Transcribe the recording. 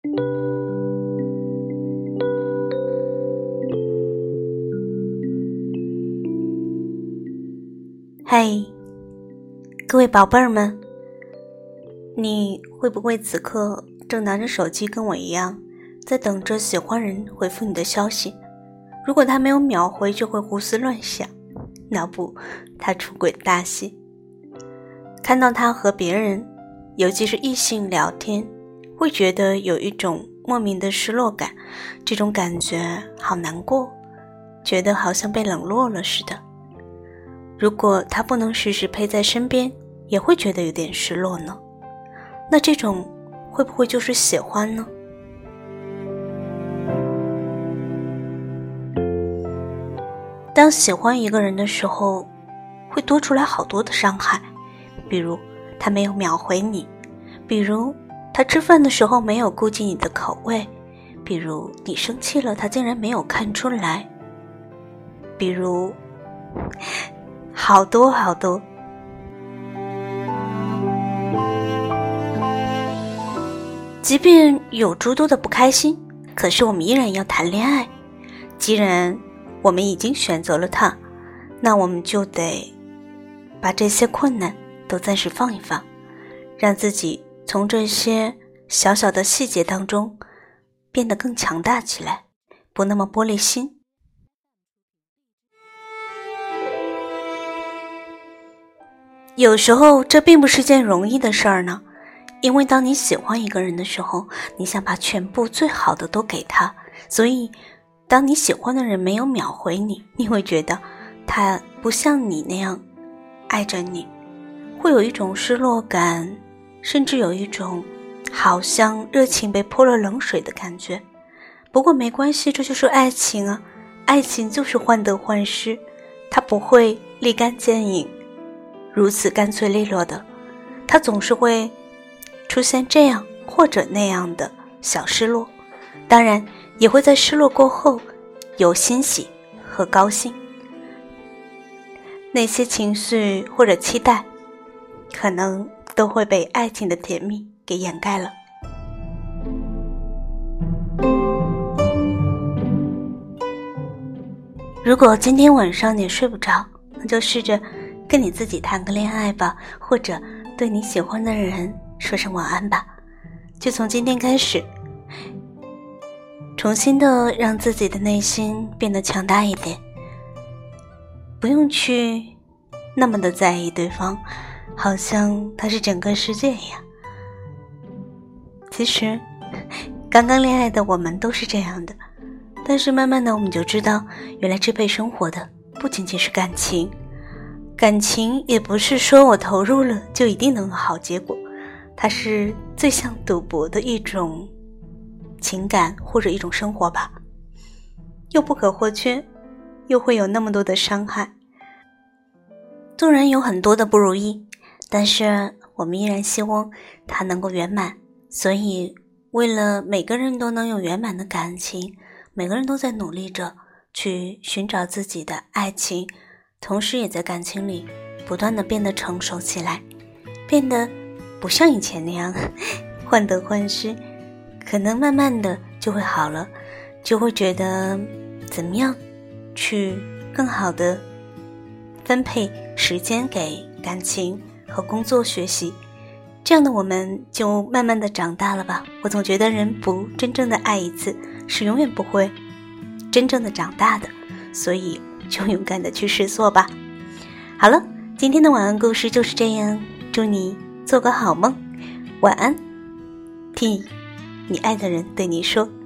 嘿，各位宝贝儿们，你会不会此刻正拿着手机跟我一样，在等着喜欢人回复你的消息？如果他没有秒回，就会胡思乱想，脑补他出轨的大戏。看到他和别人，尤其是异性聊天，会觉得有一种莫名的失落感，这种感觉好难过，觉得好像被冷落了似的。如果他不能时时陪在身边，也会觉得有点失落呢。那这种会不会就是喜欢呢？当喜欢一个人的时候，会多出来好多的伤害，比如他没有秒回你，比如他吃饭的时候没有顾及你的口味，比如你生气了他竟然没有看出来，比如好多好多。即便有诸多的不开心，可是我们依然要谈恋爱。既然我们已经选择了他，那我们就得把这些困难都暂时放一放，让自己从这些小小的细节当中变得更强大起来，不那么玻璃心。有时候这并不是件容易的事儿呢，因为当你喜欢一个人的时候，你想把全部最好的都给他，所以当你喜欢的人没有秒回你，你会觉得他不像你那样爱着你，会有一种失落感，甚至有一种好像热情被泼了冷水的感觉。不过没关系，这就是爱情啊，爱情就是患得患失，它不会立竿见影，如此干脆利落的，它总是会出现这样或者那样的小失落，当然也会在失落过后有欣喜和高兴。那些情绪或者期待，可能都会被爱情的甜蜜给掩盖了。如果今天晚上你睡不着，那就试着跟你自己谈个恋爱吧，或者对你喜欢的人说声晚安吧。就从今天开始，重新的让自己的内心变得强大一点，不用去那么的在意对方，好像他是整个世界一样。其实刚刚恋爱的我们都是这样的，但是慢慢的我们就知道，原来支配生活的不仅仅是感情，感情也不是说我投入了就一定能有好结果，它是最像赌博的一种情感或者一种生活吧，又不可或缺，又会有那么多的伤害。纵然有很多的不如意，但是我们依然希望它能够圆满，所以为了每个人都能有圆满的感情，每个人都在努力着去寻找自己的爱情，同时也在感情里不断的变得成熟起来，变得不像以前那样患得患失，可能慢慢的就会好了，就会觉得怎么样去更好的分配时间给感情和工作学习，这样的我们就慢慢的长大了吧。我总觉得人不真正的爱一次，是永远不会真正的长大的，所以就勇敢的去试错吧。好了，今天的晚安故事就是这样，祝你做个好梦，晚安，替你爱的人对你说。